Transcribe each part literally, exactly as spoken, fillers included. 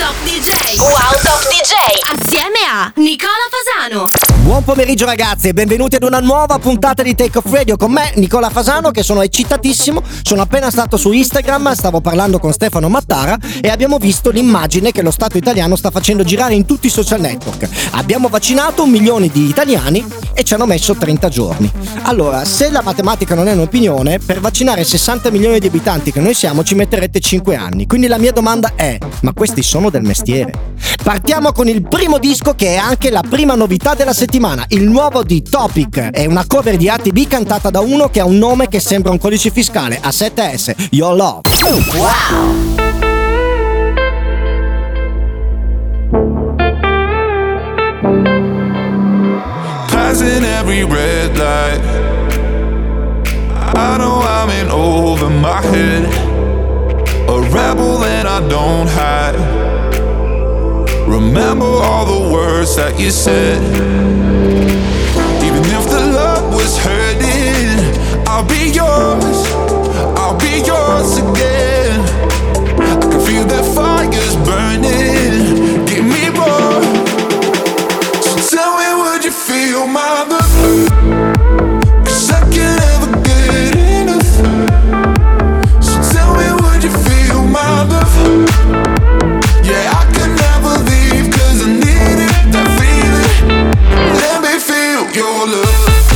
Top D J. Wow Top D J. Assieme a Nicola Fasano. Buon pomeriggio ragazzi e benvenuti ad una nuova puntata di Take Off Radio con me Nicola Fasano, che sono eccitatissimo. Sono appena stato su Instagram, stavo parlando con Stefano Mattara e abbiamo visto l'immagine che lo Stato italiano sta facendo girare in tutti i social network. Abbiamo vaccinato un milione di italiani e ci hanno messo trenta giorni. Allora, se la matematica non è un'opinione, per vaccinare sessanta milioni di abitanti che noi siamo ci metterete cinque anni. Quindi la mia domanda è: ma questi sono del mestiere? Partiamo con il primo disco, che è anche la prima novità della settimana, il nuovo di Topic. È una cover di A T B cantata da uno che ha un nome che sembra un codice fiscale, A sette S, Your Love. Wow. Passing every red light, I know I'm in over my head, a rebel and I don't hide. Remember all the words that you said. Even if the love was hurting, I'll be yours, I'll be yours again. I can feel that fire's burning, give me more. So tell me, would you feel my love? 'Cause I can't ever get enough. So tell me, would you feel my love? Yeah, I can never leave 'cause I need it, that feeling. Let me feel your love.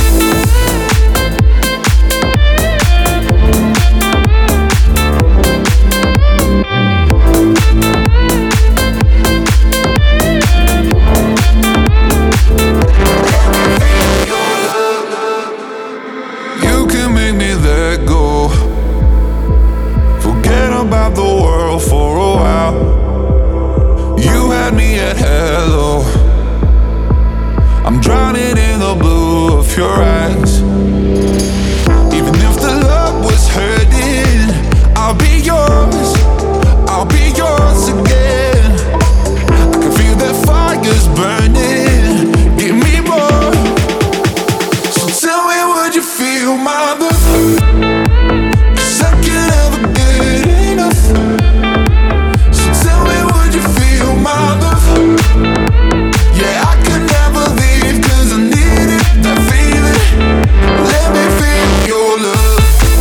You can make me let go, forget about the world for a while. You had me at hello, I'm drowning in the blue of your eyes. Even if the love was hurting, I'll be yours, I'll be yours again. I can feel that fire's burning, give me more. So tell me, would you feel my love? 'Cause I can't ever get enough. So tell me, would you feel my love? Yeah, I can never leave 'cause I need it, that feeling. Let me feel your love.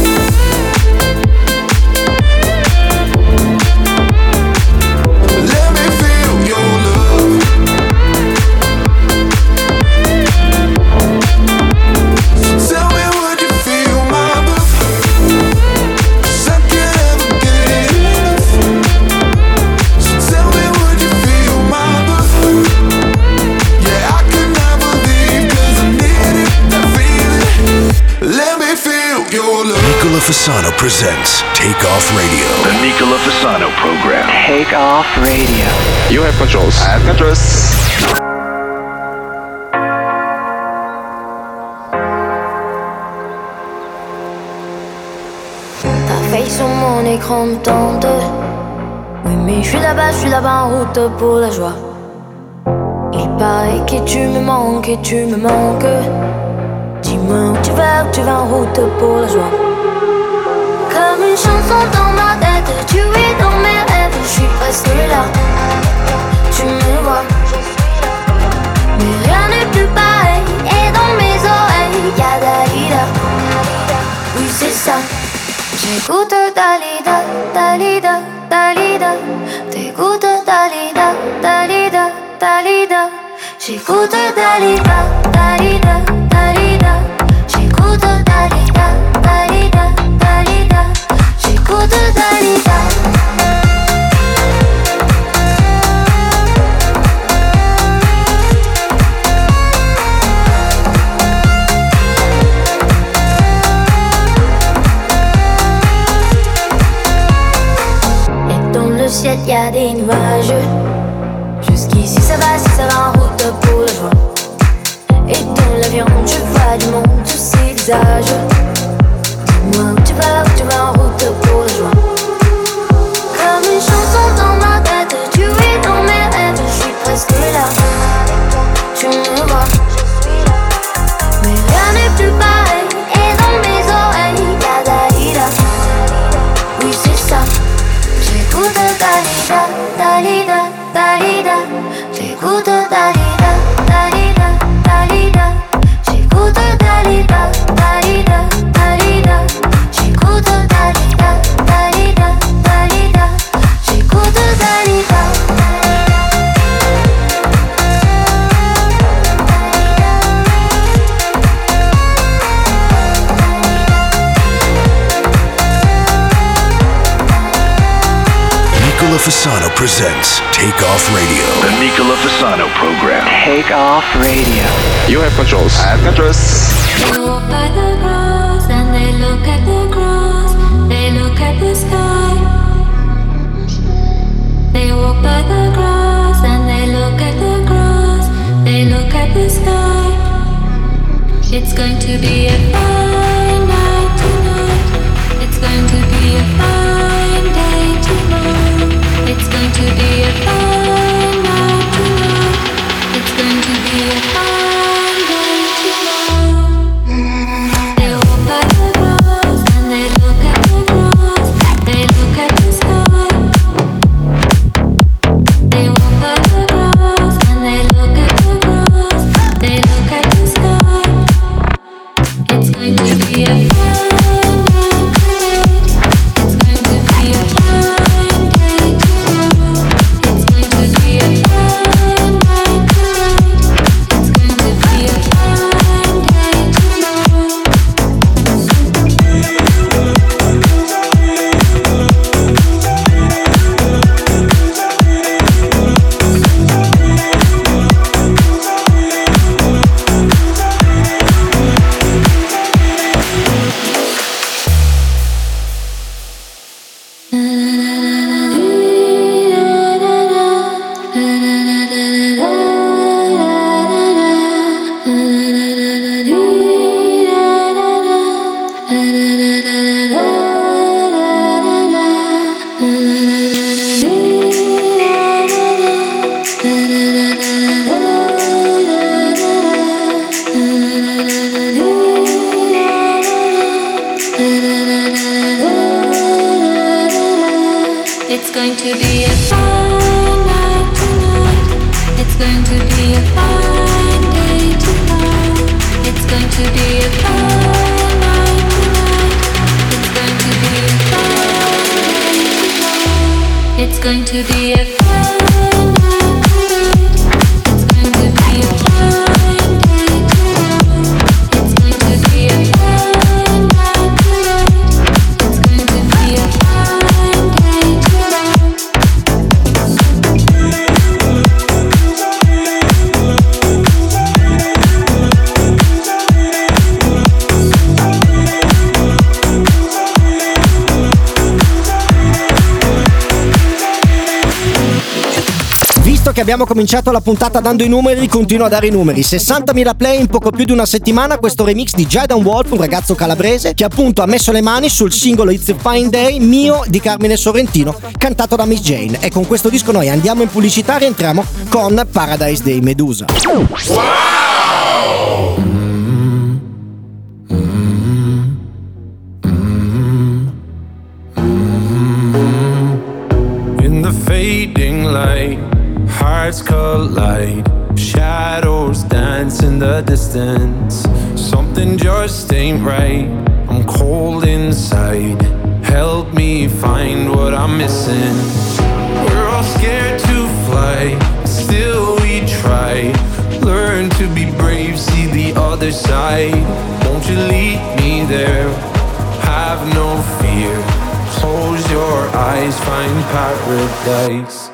Let me feel your love. So tell me, would you feel my love? 'Cause I can't ever get enough. So tell me, would you feel my love? Yeah, I can never leave 'cause I need it, that feeling. Let me feel your love. Nicola Fasano presents Take Off Radio. The Nicola Fasano program. Take Off Radio. You have controls. I have controls. Ta face sur mon écran me tente. Oui, mais je suis là-bas, je suis là-bas en route pour la joie. Il paraît que tu me manques et tu me manques. Dis-moi où tu vas, où tu vas en route pour la joie. Comme une chanson dans ma tête, tu es dans mes rêves. Je suis presque là, tu me vois. Mais rien n'est plus pareil. Et dans mes oreilles, y'a Dalida. Oui, c'est ça. J'écoute Dalida, Dalida, Dalida. T'écoutes Dalida, Dalida, Dalida. J'écoute Dalida, Dalida, Dalida. J'écoute Dalida, Dalida, Dalida. J'écoute Dalida. Ciel, y a des nuages. Jusqu'ici ça va, si ça va en route pour la joie. Et dans l'avion, je vois du monde, tous ces visages. Dis-moi où tu vas, où tu vas en route pour la joie. Comme une chanson dans ma tête, tu es dans mes rêves. Je suis presque là, tu me vois. Mais rien n'est plus pareil. Et dans mes oreilles, y'a Dalida. Oui, c'est ça. J'écoute Dalida, Dalida, Fasano presents Take Off Radio. The Nicola Fasano program. Take Off Radio. You have controls. I have controls. They walk by the grass and they look at the grass. They look at the sky. They walk by the grass and they look at the grass. They look at the sky. It's going to be a fine night tonight. It's going to be a fine day tomorrow. It's going to be a fine night tonight. It's going to be a fine day tomorrow. They walk by the grass and they look at the grass. They look at the sky. They walk by the grass and they look at the grass. They look at the sky. It's going to be a fine night tonight. It's going to be a fine day tomorrow. It's going to be a fine night tonight. It's going to be a fine day tomorrow. It's going to be a fine night tonight. It's going to be a fine day tomorrow. It's going to be a fine night tonight. It's going to be a fine day tomorrow. It's going to be a fine night tonight. It's going to be a fine day tomorrow. It's going to be a fine night tonight. It's going to be a fine day tomorrow. Visto che abbiamo cominciato la puntata dando i numeri, continuo a dare i numeri. sessantamila play in poco più di una settimana questo remix di Jaydan Wolf, un ragazzo calabrese che appunto ha messo le mani sul singolo It's a Fine Day mio di Carmine Sorrentino, cantato da Miss Jane. E con questo disco noi andiamo in pubblicità e rientriamo con Paradise dei Medusa. In the fading light, hearts collide, shadows dance in the distance. Something just ain't right, I'm cold inside. Help me find what I'm missing. We're all scared to fly, still we try. Learn to be brave, see the other side. Won't you lead me there? Have no fear. Close your eyes, find paradise.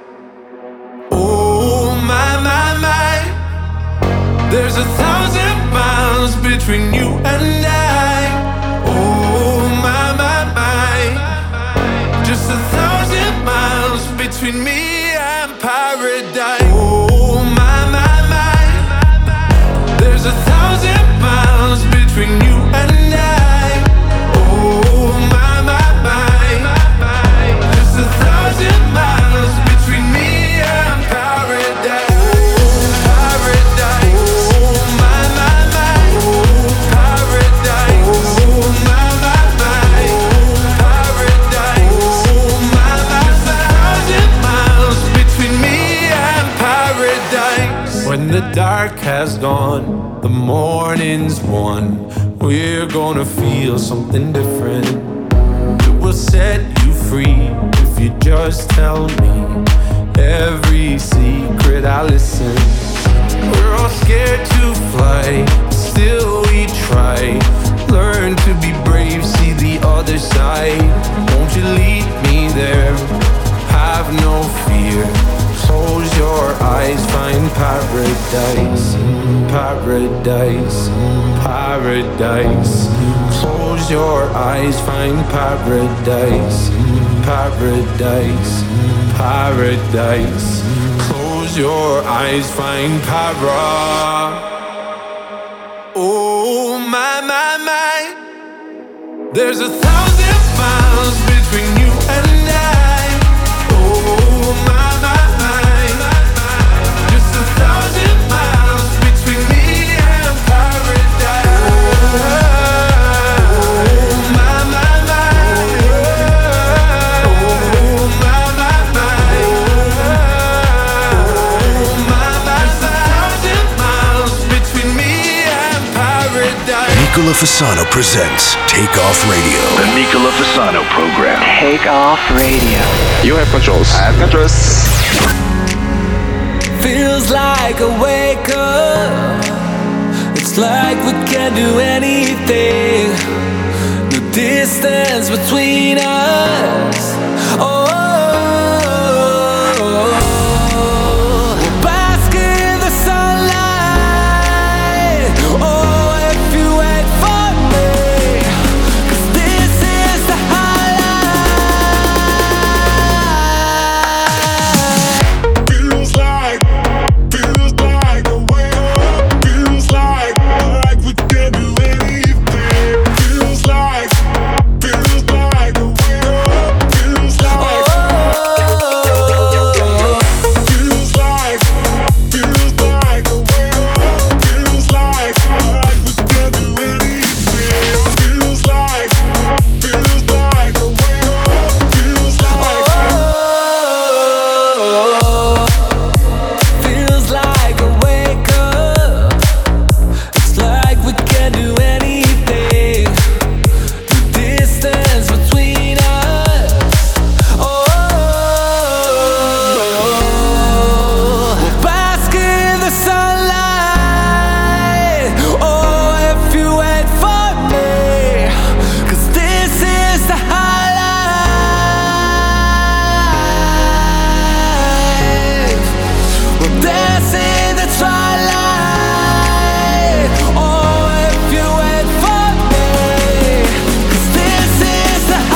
Oh my, my, my. There's a thousand miles between you and I. Oh my, my, my. Just a thousand miles between me and paradise. Oh my, my, my. There's a thousand miles between you and I. Oh my, my, my. Just a thousand miles between me and paradise. Paradise. Oh my, my, my. Paradise. Oh my, my, my. Paradise. Oh my, my, my. Thousand miles between me and paradise. When the dark has gone, the morning's won. We're gonna feel something different. It will set you free if you just tell me every secret I listen. We're all scared to fly, still we try. Learn to be brave, see the other side. Won't you lead me there? have no fear. Close your eyes, find paradise, paradise, paradise. Close your eyes, find paradise, paradise, paradise. Close your eyes, find para. Oh my, my, my. There's a thousand miles between you and I. Oh my, my, my. Just a thousand miles between me and paradise. Oh my, my, my. Oh my, my, my. Oh my, my, my. Thousand miles between me and paradise. Nicola Fasano presents Take Off Radio. The Nicola Fasano program. Take Off Radio. You have controls. I have controls. Feels like a wake up. It's like we can't do anything. The distance between us. Oh, we're basking in the sunlight. Oh, if you wait for me, 'cause this is the highlight. Feels like, feels like a wake up. Feels like, like we can't do anything. Feels like, feels like a wake up. Feels like, feels like, feels like a wake up. Feels like, like we can't do anything. Feels like, feels like a wake up. Feels like, feels like a wake up. It's like we can't do anything. The distance between us. Oh, we're basking in the sunlight. Oh, if you wait for me, 'cause this is the highlight. We're dancing the twilight. Oh, if you wait for me, 'cause this is the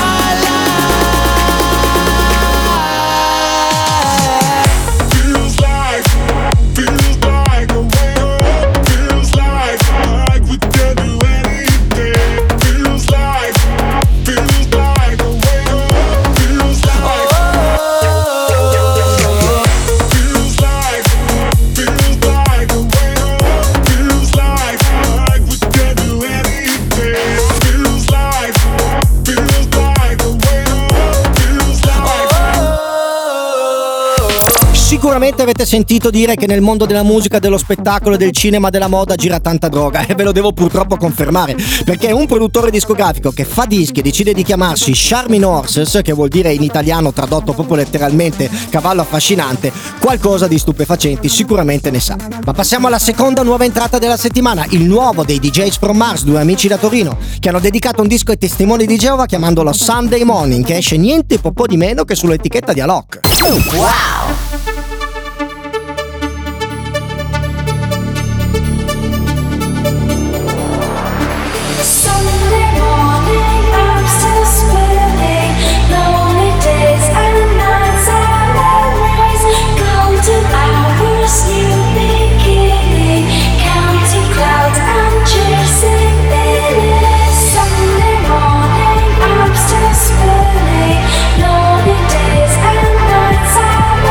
highlight. Feels like, feels like a wake up. Feels like, like we can't do anything. Feels like, feels like a wake up. Feels like, feels like, feels like a wake up. Feels like, like we can't do anything. Feels like, feels like a wake up. Feels like. Sicuramente avete sentito dire che nel mondo della musica, dello spettacolo, del cinema, della moda gira tanta droga, e ve lo devo purtroppo confermare, perché un produttore discografico che fa dischi e decide di chiamarsi Charming Horses, che vuol dire in italiano, tradotto proprio letteralmente, cavallo affascinante, qualcosa di stupefacenti sicuramente ne sa. Ma passiamo alla seconda nuova entrata della settimana, il nuovo dei D Js from Mars, due amici da Torino, che hanno dedicato un disco ai testimoni di Geova chiamandolo Sunday Morning, che esce niente po' di meno che sull'etichetta di Alok. Sunday morning, I'm still spinning. Lonely days and nights and memories. Golden hours, new beginning. Counting clouds and chasing minutes. Sunday morning, I'm still spinning. Lonely days and nights and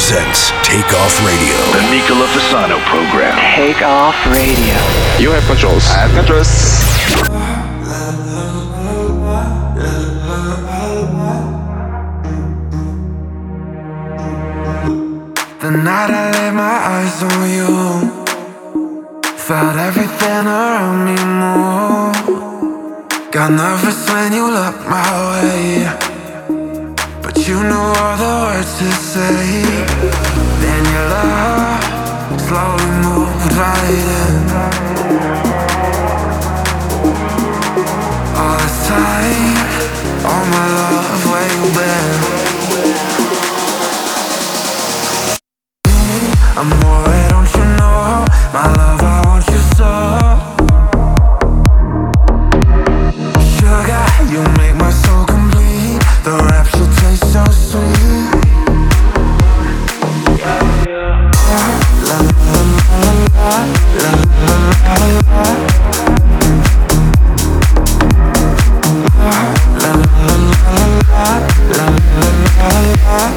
presents Take Off Radio. The Nicola Fasano program. Take Off Radio. You have controls. I have controls. The night I laid my eyes on you, felt everything around me move. Got nervous when you looked my way, but you knew all the words to say. Then your love slowly moved right in. All this time, all my love, where you been? Amore, don't you know, my love, I want you so. Sugar, you make my soul complete. The rapture tastes so sweet. La la la la la la la. La la la la la la.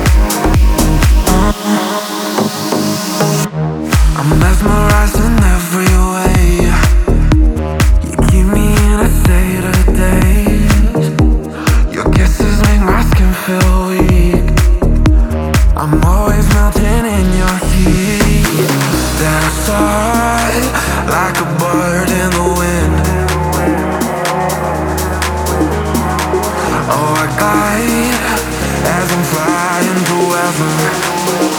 I'm mesmerized in every way. You keep me in a state of daze. Your kisses make my skin feel weak. I'm always melting in your heat. Then I soar like a bird in the wind. Oh, I glide as I'm flying through heaven.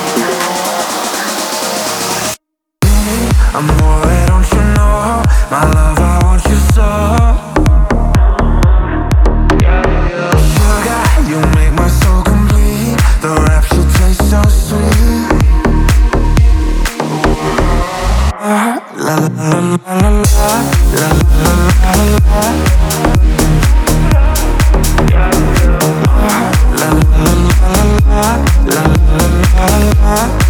Amore, don't you know, my love, I want you so. Sugar, you make my soul complete. The rapture tastes so sweet. La la la la la la la la la. La la la la la la la.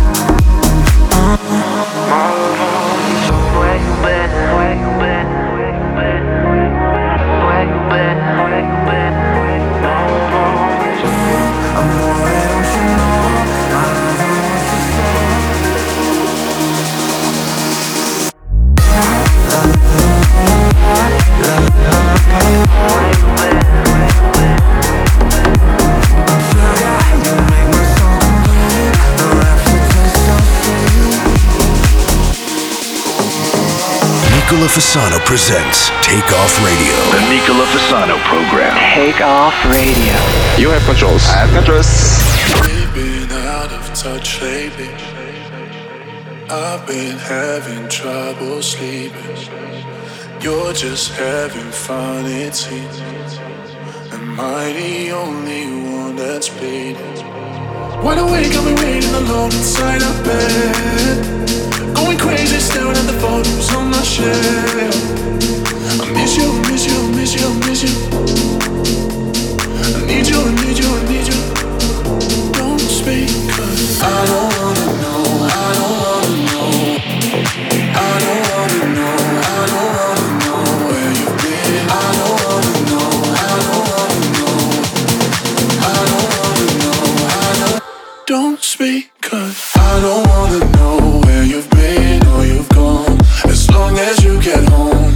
Nicola Fasano presents Take Off Radio. The Nicola Fasano program. Take Off Radio. You have controls. I have controls. We've been out of touch lately. I've been having trouble sleeping. You're just having fun, it seems. Am I the only one that's bleeding? Wide awake, I've been waiting alone inside our bed. Going crazy, staring at the photos on my shelf. I miss you, miss you, miss you, miss you. I need you, I need you, I need you. Don't speak, cause I don't wanna know, I don't wanna know. I don't wanna know, I don't wanna know where you've been. I don't wanna know, I don't wanna know. I don't wanna know, I don't. Don't speak, cause I don't wanna know where you've been or you've gone. As long as you get home.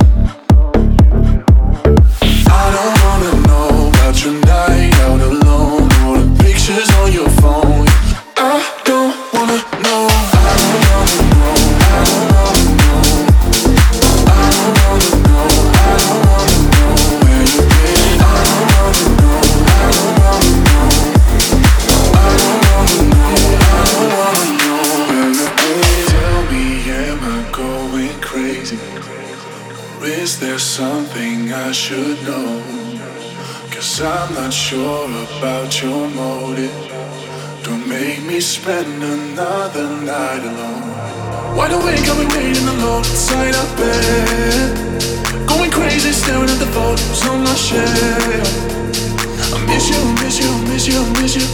I don't wanna know about your night out alone or the pictures on your phone. I don't wanna know. I don't wanna know. I don't wanna know. I don't wanna know. I don't wanna know where you've been. I don't wanna know. I don't wanna know. I don't wanna know. I don't wanna know where you've been. Tell me, am I going crazy? Or is there something I should know? Cause I'm not sure about your motive. Don't make me spend another night alone. Wide awake, I've been waiting alone inside our bed. Going crazy, staring at the photos on my shelf. I miss you, miss you, miss you, miss you.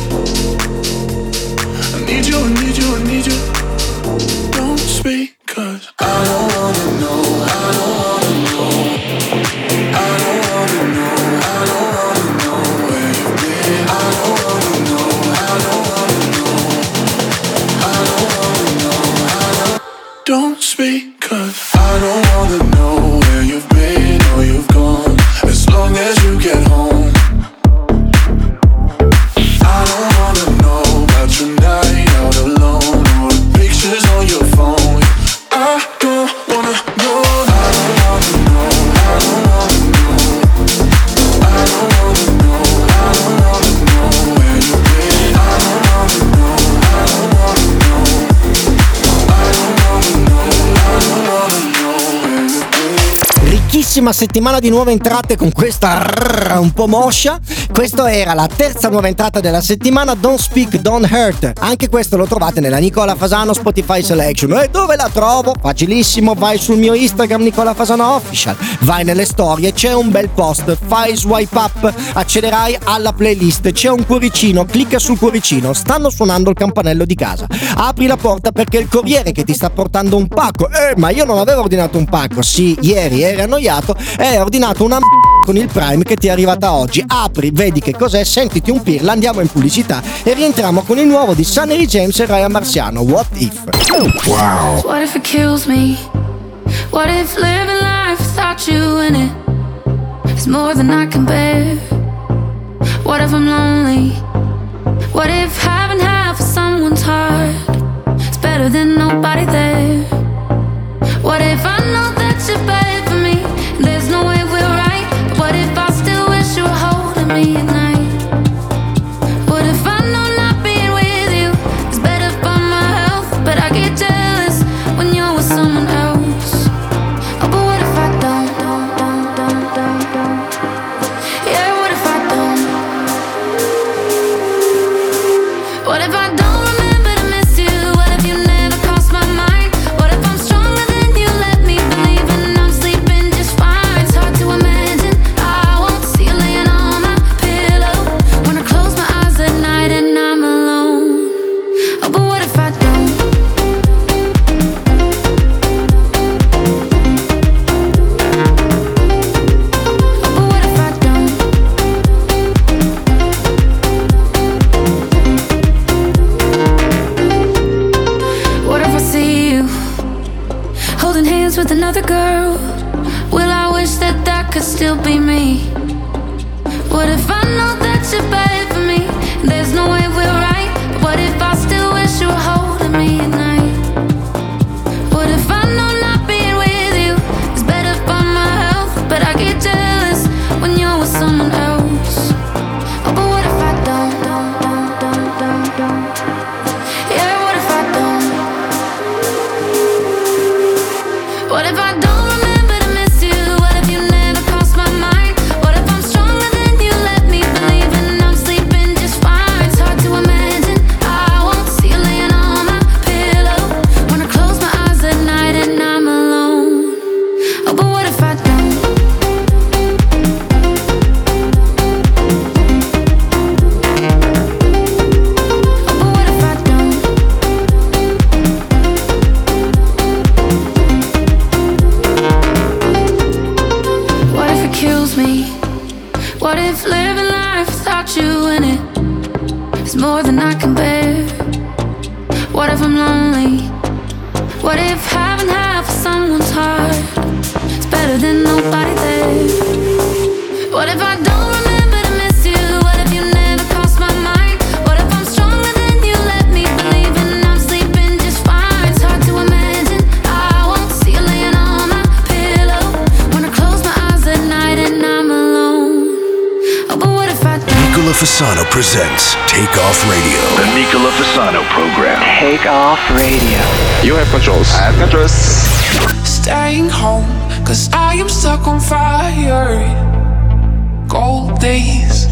I need you, I need you, I need you. Don't speak, cause I don't wanna know, I don't wanna know. I don't wanna know, I don't wanna know where you've been. I don't wanna know, I don't wanna know. I text me, cause I don't wanna know where you've been or you've gone, as long as you get home. I don't wanna know about your night out alone or the pictures on your phone. I don't wanna know, I don't wanna know, I don't wanna know, I don't wanna know, I don't wanna know where you've been. I don't wanna know, I don't wanna know, I don't wanna know, I don't wanna know where you've been. Ricchissima settimana di nuove entrate con questa rrr, un po' moscia. Questa era la terza nuova entrata della settimana, Don't Speak, Don't Hurt. Anche questo lo trovate nella Nicola Fasano Spotify Selection. E dove la trovo? Facilissimo, vai sul mio Instagram Nicola Fasano Official, vai nelle storie, c'è un bel post, fai swipe up, accederai alla playlist, c'è un cuoricino, clicca sul cuoricino, stanno suonando il campanello di casa, apri la porta perché il corriere che ti sta portando un pacco, eh ma io non avevo ordinato un pacco, sì, ieri eri annoiato e hai ordinato una m***a con il Prime che ti è arrivata oggi, apri, vedi che cos'è, sentiti un pirla, andiamo in pubblicità e rientriamo con il nuovo di Sunny James e Ryan Marciano, What If. Wow. What if it kills me? What if living life without you in it is more than I can bear? What if I'm lonely? What if having half of someone's heart is better than nobody there? What if I know that you're bad for me and there's no way we're right? But what if I still wish you were holding me at night? What if I know not being with you is better for my health, but I get jealous when you're with someone else? Oh, but what if I don't, don't, don't, don't, don't, don't? Yeah, what if I don't? What if I don't remember to miss you? What if you never crossed my mind? What if I'm stronger than you let me believe and I'm sleeping just fine? It's hard to imagine I won't see you laying on my pillow when I close my eyes at night and I'm alone. Oh, but what if I don't? Oh, but what if I don't? What if I see you holding hands with another girl? Will I wish that that could still be me? What if I know that you're bad for me and there's no way we're right? But what if I still wish you were holding me at night? What if I know not being with you is better for my health, but I get jealous when you're with someone else? Oh, but what if I don't, don't, don't, don't, don't, don't? Yeah, what if I don't? What if I don't remember to miss you? What if you never crossed my mind? What if I'm stronger than you let me believe and I'm sleeping just fine? It's hard to imagine I won't see you laying on my pillow when I close my eyes at night and I'm alone. Oh, but what if I don't? Oh, but what if I don't? What if it kills me? What if living life without you in it is more than I can bear? What if I'm lonely? What if having half of someone's heart is better than nobody there? What if I don't remember to miss you? What if you never crossed my mind? What if I'm stronger than you let me believe and I'm sleeping just fine? It's hard to imagine I won't see you laying on my pillow when I close my eyes at night and I'm alone. Oh, but what if I don't? Nicola Fasano presents Take Off Radio. The Nicola Fasano program. Take Off Radio. You have controls. I have controls. Staying home, cause I am stuck on fire. Cold days,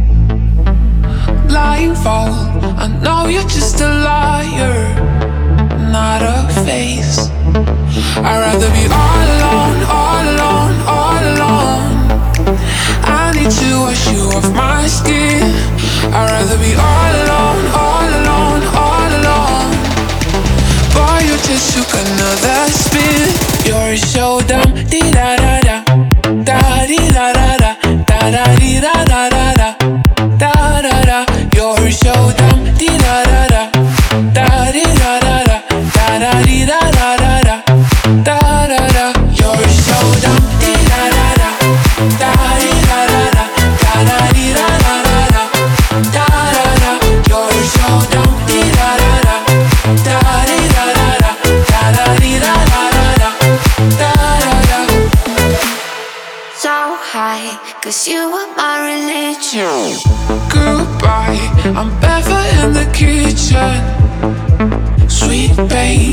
blindfold. I know you're just a liar, not a face. I'd rather be all alone, all alone, all alone. I need to wash you off my skin. I'd rather be all alone, all alone, all alone. Boy, you just took another spin. You're so dumb, dee da da da, da dee da da da, da da dee da da da da, da da da. You're so dumb, dee da da da, da dee da da da, da da dee da da da da. da da da. You're so dumb, di da da da, da di da da da, da da di da da da da, da da da. You're so dumb, di da da da, da di da da da, da da di da da da da, da da da. So high, 'cause you were my religion. Goodbye, I'm barefoot in the kitchen. Sweet pain,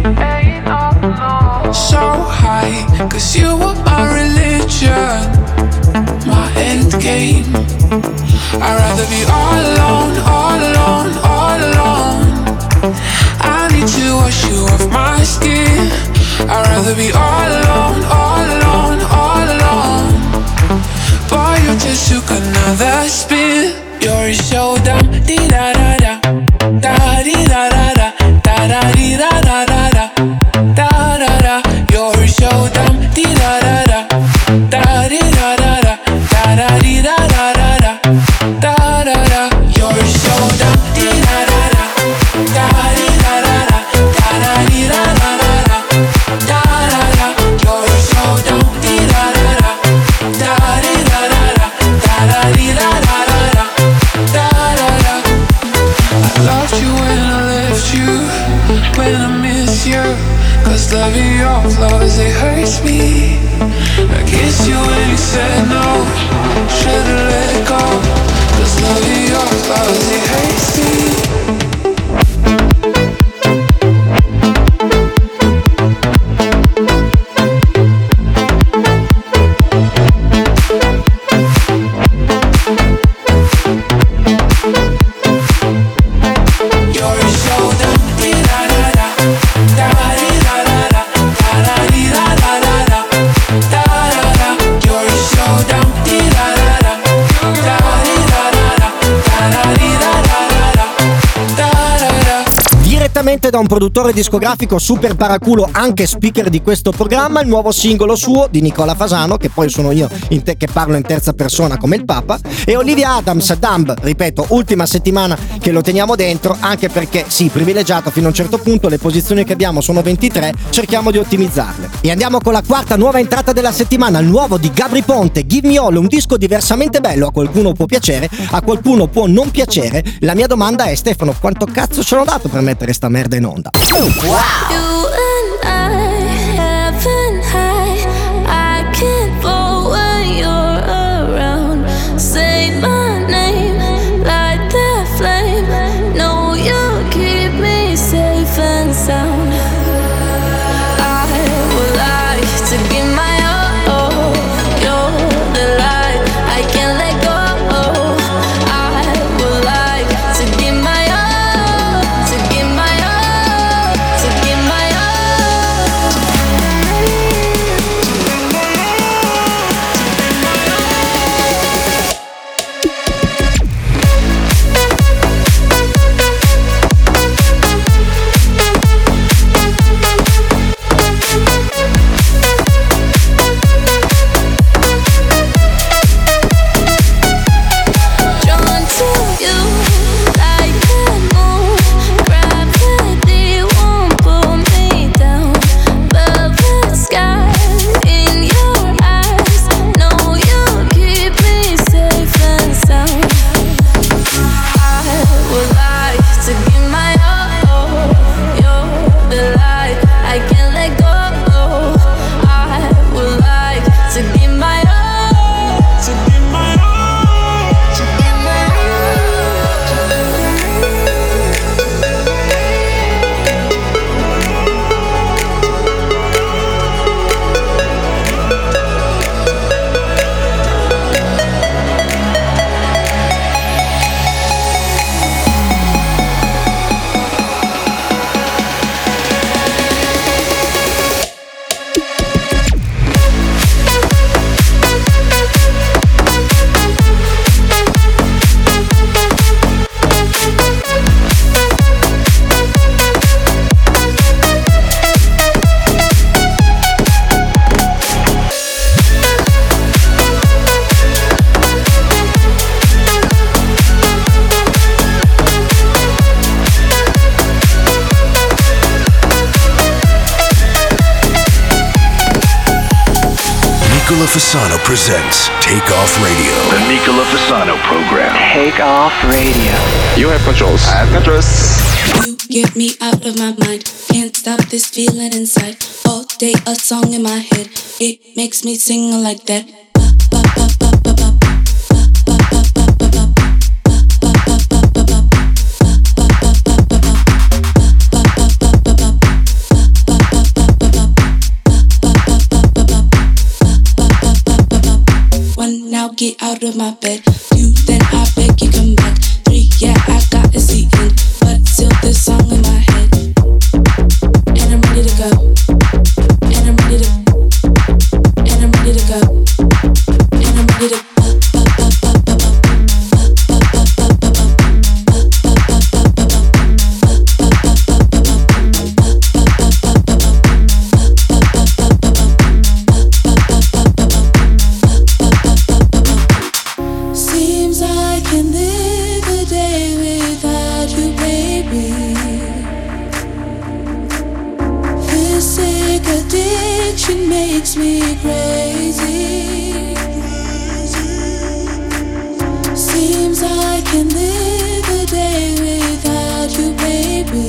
so high, 'cause you were my religion, my end game. I'd rather be all alone, all alone, all alone. I need to wash you off my skin. I'd rather be all alone, all alone, all alone. Boy, you just took another spin. You're so dumb, di da da da, da di da da da, da da di da da da da, da da da. You're so dumb, di da da da, da di da da da, da da di da da da da, da da da. You're so dumb, di da da da, da di da da da, da da di da da da da, da da da. You're so dumb, di da da da, da di da da da, da da di da da da da, da da da. I loved you when I left you, when I miss you, 'cause loving your flaws, it hurts me. I kissed you when you said no, should've let it go, 'cause loving your flaws, it hurts me. Da un produttore discografico super paraculo, anche speaker di questo programma, il nuovo singolo suo di Nicola Fasano, che poi sono io in te- che parlo in terza persona come il Papa, e Olivia Adams, Dumb, ripeto, ultima settimana che lo teniamo dentro, anche perché sì, privilegiato fino a un certo punto, le posizioni che abbiamo sono ventitré, cerchiamo di ottimizzarle. E andiamo con la quarta nuova entrata della settimana, il nuovo di Gabry Ponte, Give Me All, un disco diversamente bello, a qualcuno può piacere, a qualcuno può non piacere. La mia domanda è: Stefano, quanto cazzo ce l'ho dato per mettere sta merda in onda? You and I, heaven high, I can't fall when you're around. Say my name, light that flame. No, you keep me safe and sound. I would like to give my all. You're the light I can't let go. I would like to give my all, to give my all, to give my Nicola Fasano presents Take Off Radio. The Nicola Fasano program. Take Off Radio. You have controls. I have controls. You get me out of my mind. Can't stop this feeling inside. All day a song in my head. It makes me sing like that. One, now get out of my bed. Two, then I beg you come back. Three, yeah, I got a seat in, but still this song in my head. And I'm ready to go. And I'm ready to. And I'm ready to go. And I'm ready to. Seems I can live a day without you, baby. This sick addiction makes me crazy. Seems I can live a day without you, baby.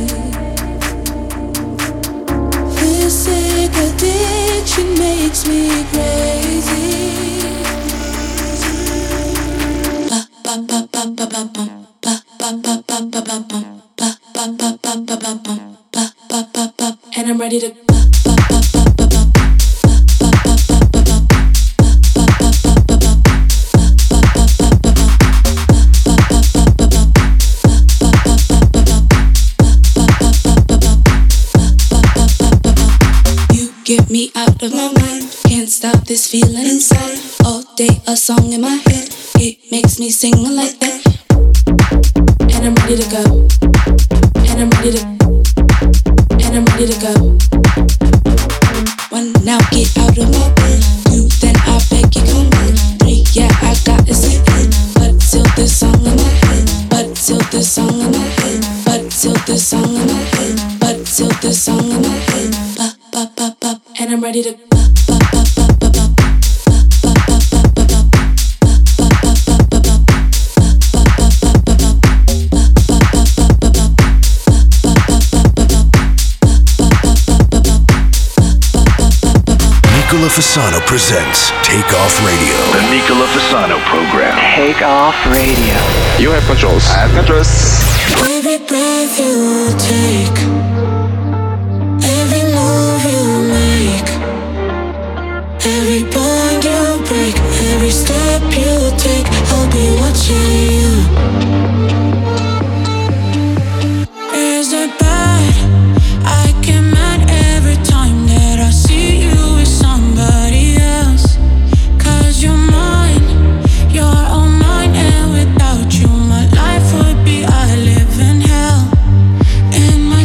This sick addiction makes me crazy. And I'm ready to. You get me out of my mind. Can't stop this feeling inside. All day a song in my head. It makes me sing like that. And I'm ready to go. And I'm ready to. And I'm ready to go. One, now get out of my bed. Two, then I beg you come back. Three, yeah, I got a seat in, but still this song in my head. But still this song in my head. But still this song in my head. But still this song in my head. Ba ba ba ba. And I'm ready to. Ba ba ba ba ba ba. Nicola Fasano presents Take Off Radio. The Nicola Fasano program. Take Off Radio. You have controls. I have controls. Every breath you take, every move you make, every bond you break, every step you take, I'll be watching you. Is it bad? I get mad every time that I see you with somebody else. Cause you're mine, you're all mine, and without you my life would be I live in hell. In my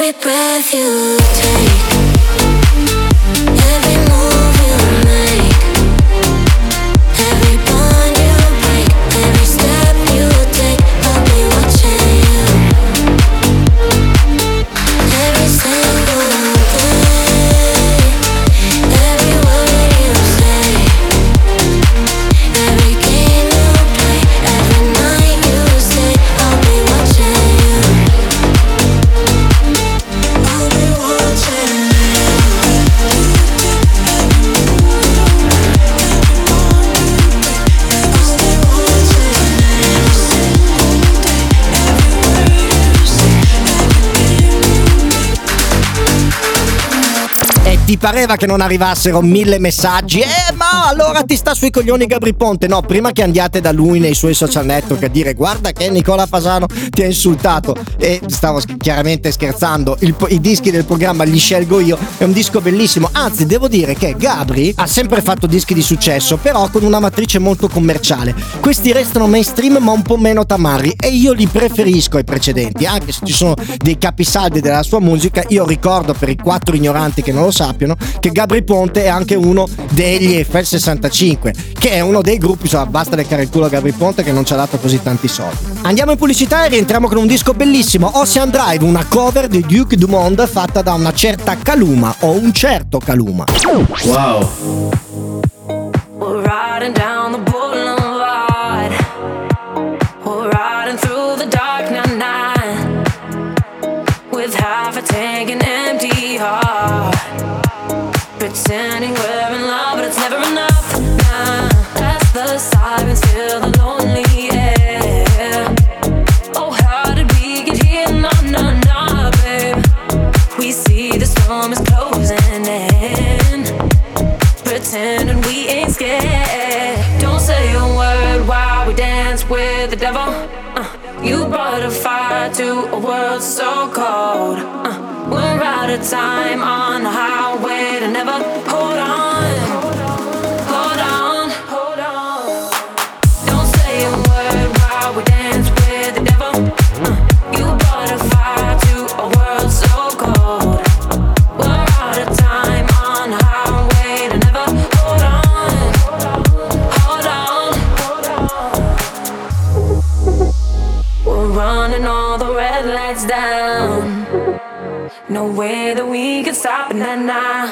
Every breath you take, every move you make, every bond you break, every step you take, I'll be watching you. Every single day, every word you say, every game you play, every night you stay, I'll be watching you. I'll be watching you. E ti pareva che non arrivassero mille messaggi? Eh, ma allora ti sta sui coglioni Gabry Ponte? No, prima che andiate da lui nei suoi social network a dire guarda che Nicola Fasano ti ha insultato, e stavo chiaramente scherzando, il, i dischi del programma li scelgo io, è un disco bellissimo, anzi devo dire che Gabry ha sempre fatto dischi di successo, però con una matrice molto commerciale. Questi restano mainstream ma un po' meno tamarri, e io li preferisco ai precedenti, anche se ci sono dei capisaldi della sua musica. Io ricordo, per i quattro ignoranti che non lo sappiano, che Gabry Ponte è anche uno degli F L sessantacinque, che è uno dei gruppi, insomma, basta leccare il culo a Gabry Ponte che non ci ha dato così tanti soldi. Andiamo in pubblicità e rientriamo con un disco bellissimo, Ocean Drive, una cover di Duke Dumont fatta da una certa Kaluma, o un certo Kaluma. Wow. We're riding down the boulevard, we're riding through the dark night, with half a tank and empty heart, pretending we're in love, but it's never enough. Nah, as the sirens fill the lonely air. Oh, how did we get here? Nah, nah, nah, babe. We see the storm is closing in, pretending we ain't scared. Don't say a word while we dance with the devil. Uh, you brought a fire to a world so cold. Uh, we're out of time on the highway to never. Hold on, hold on, hold on. Don't say a word while we dance with the devil. Uh, you brought a fire to a world so cold. We're out of time on the highway to never. Hold on, hold on, hold on. We're running all the red lights down. No way that we can stop it now.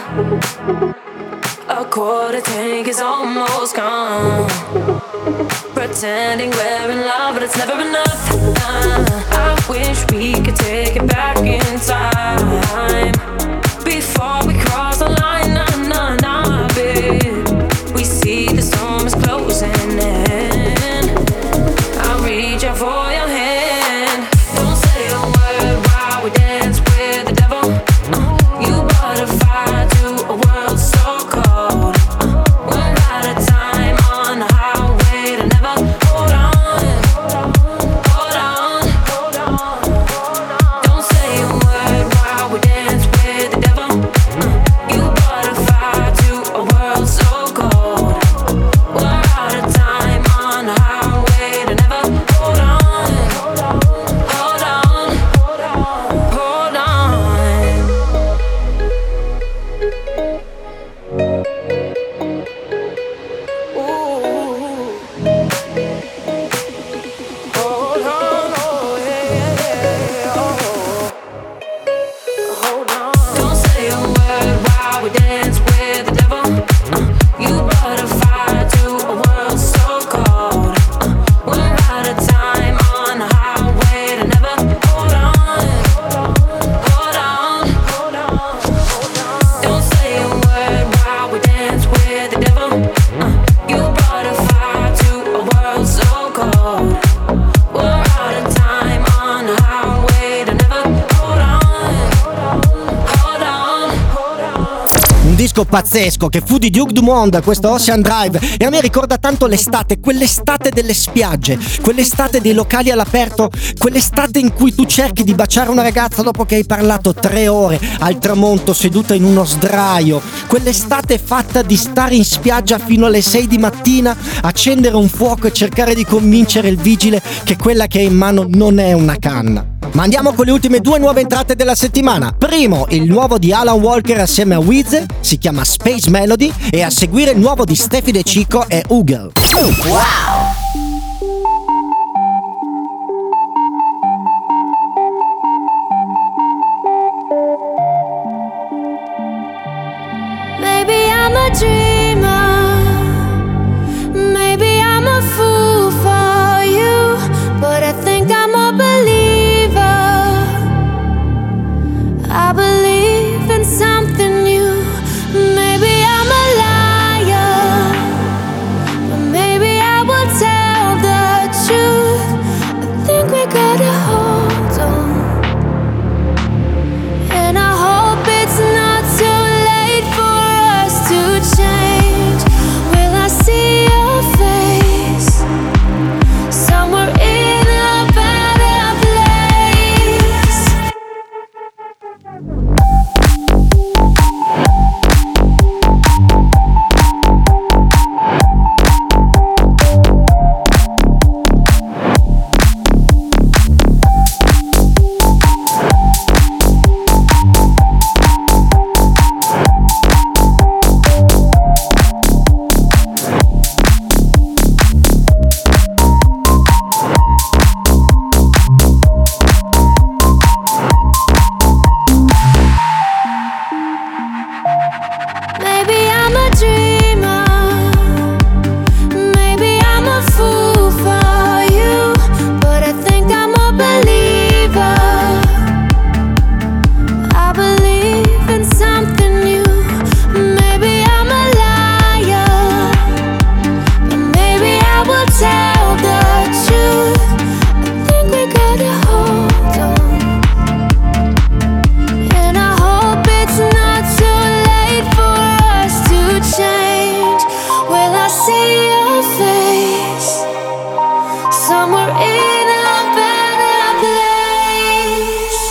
A quarter tank is almost gone, pretending we're in love, but it's never enough. uh, I wish we could take it back in time, before we cross the line. Nah, nah, nah, babe. We see the storm is closing in, I'll reach out for your hand. Don't say a word while we dance with the devil. uh, You brought a fire to a world so cold. uh, We're out of time on the highway to never. Hold on, hold on, hold on. Don't say a word while we dance with the devil. uh, You brought a fire to a world so cold. We're out of time on the highway to never. Hold on, hold on, hold on, hold on. Ooh. Hold on, oh yeah, yeah, yeah, oh. Hold on. Don't say a word while we dance with the devil. Uh, you brought a fire to a world so cold. Uh, we're out of time on the highway to never. Hold on, hold on, hold on, hold on. Don't say a word while we dance with the devil. Uh, you brought a fire to a world so cold. We're out of time on the highway to never. Hold on, hold on, hold on. Un disco pazzesco che fu di Duke Dumont, questo Ocean Drive, e a me ricorda tanto l'estate, quell'estate delle spiagge, quell'estate dei locali all'aperto, quell'estate in cui tu cerchi di baciare una ragazza dopo che hai parlato tre ore al tramonto seduta in uno sdraio, quell'estate fatta di stare in spiaggia fino alle sei di mattina, accendere un fuoco e cercare di convincere il vigile che quella che hai in mano non è una canna. Ma andiamo con le ultime due nuove entrate della settimana. Primo, il nuovo di Alan Walker assieme a Wiz, si chiama Space Melody, e a seguire il nuovo di Steffi De Chico e Ugel. Wow! Maybe I'm a dreamer, maybe I'm a fool for you, but I think I'm a believer. I believe in something new. Maybe I'm a liar, but maybe I will tell the truth. I think we gotta hold on, and I hope it's not too late for us to change. Will I see your face somewhere in a better place? Maybe I'm a dreamer, maybe I'm a fool for you, but I think I'm a believer. I believe in something new. Maybe I'm a liar, but maybe I will tell the truth. I think we gotta hold on, and I hope it's not too late for us to change. Will I see your face somewhere in a better place?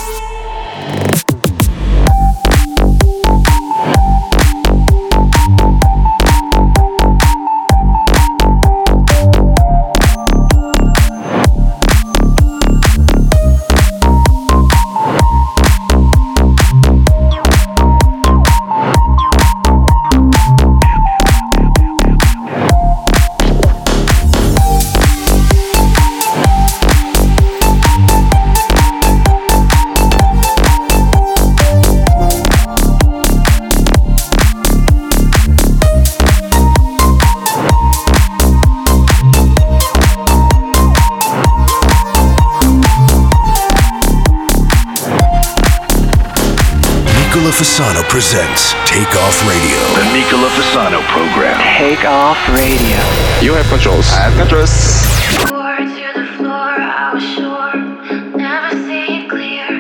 Nicola Fasano presents Take Off Radio. The Nicola Fasano program. Take Off Radio. You have controls. I have controls. Poured to the floor, I was sure, never see it clear.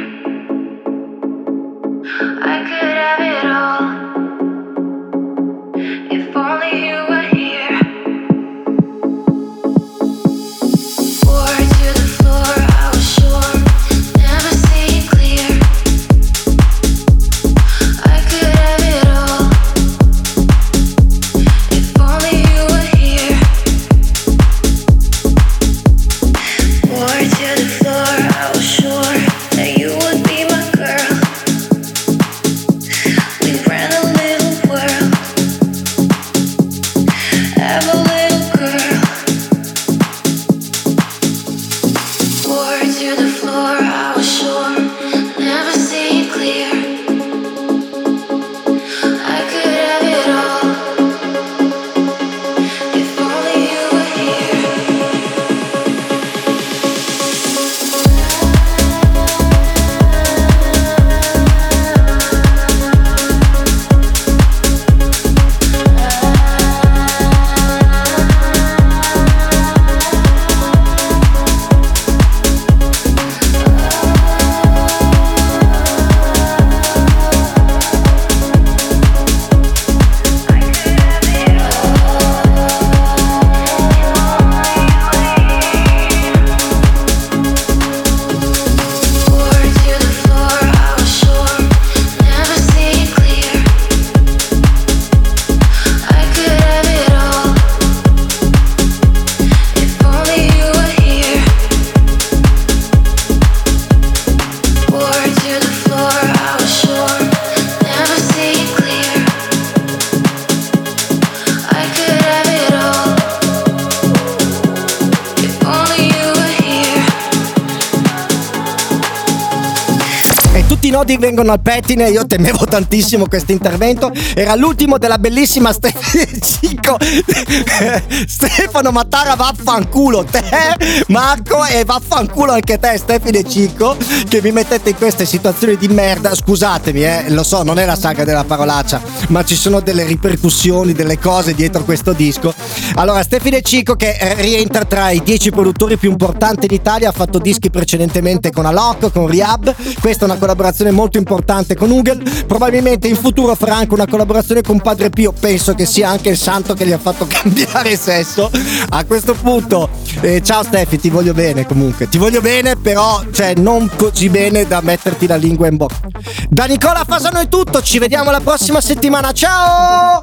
I could have it all, if only you were here. Poured to the floor, I was sure, never see it clear. I could have it all, if only you were here. Poured to the floor, I was sure that you would be my girl. applausi vengono al pettine. Io temevo tantissimo questo intervento. Era l'ultimo della bellissima Stefano Cicco. Stefano Mattara, vaffanculo te Marco, e vaffanculo anche te Stefano Cicco, che mi mettete in queste situazioni di merda. Scusatemi, eh, lo so, non è la saga della parolaccia, ma ci sono delle ripercussioni, delle cose dietro questo disco. Allora, Stefano Cicco, che rientra tra i dieci produttori più importanti d'Italia, ha fatto dischi precedentemente con Alok, con Rehab. Questa è una collaborazione molto importante con Ugel. Probabilmente in futuro farà anche una collaborazione con Padre Pio. Penso che sia anche il santo che gli ha fatto cambiare sesso. A questo punto, eh, ciao Stefi, ti voglio bene comunque. Ti voglio bene, però, cioè, non così bene da metterti la lingua in bocca. Da Nicola Fasano è tutto, ci vediamo la prossima settimana. Ciao!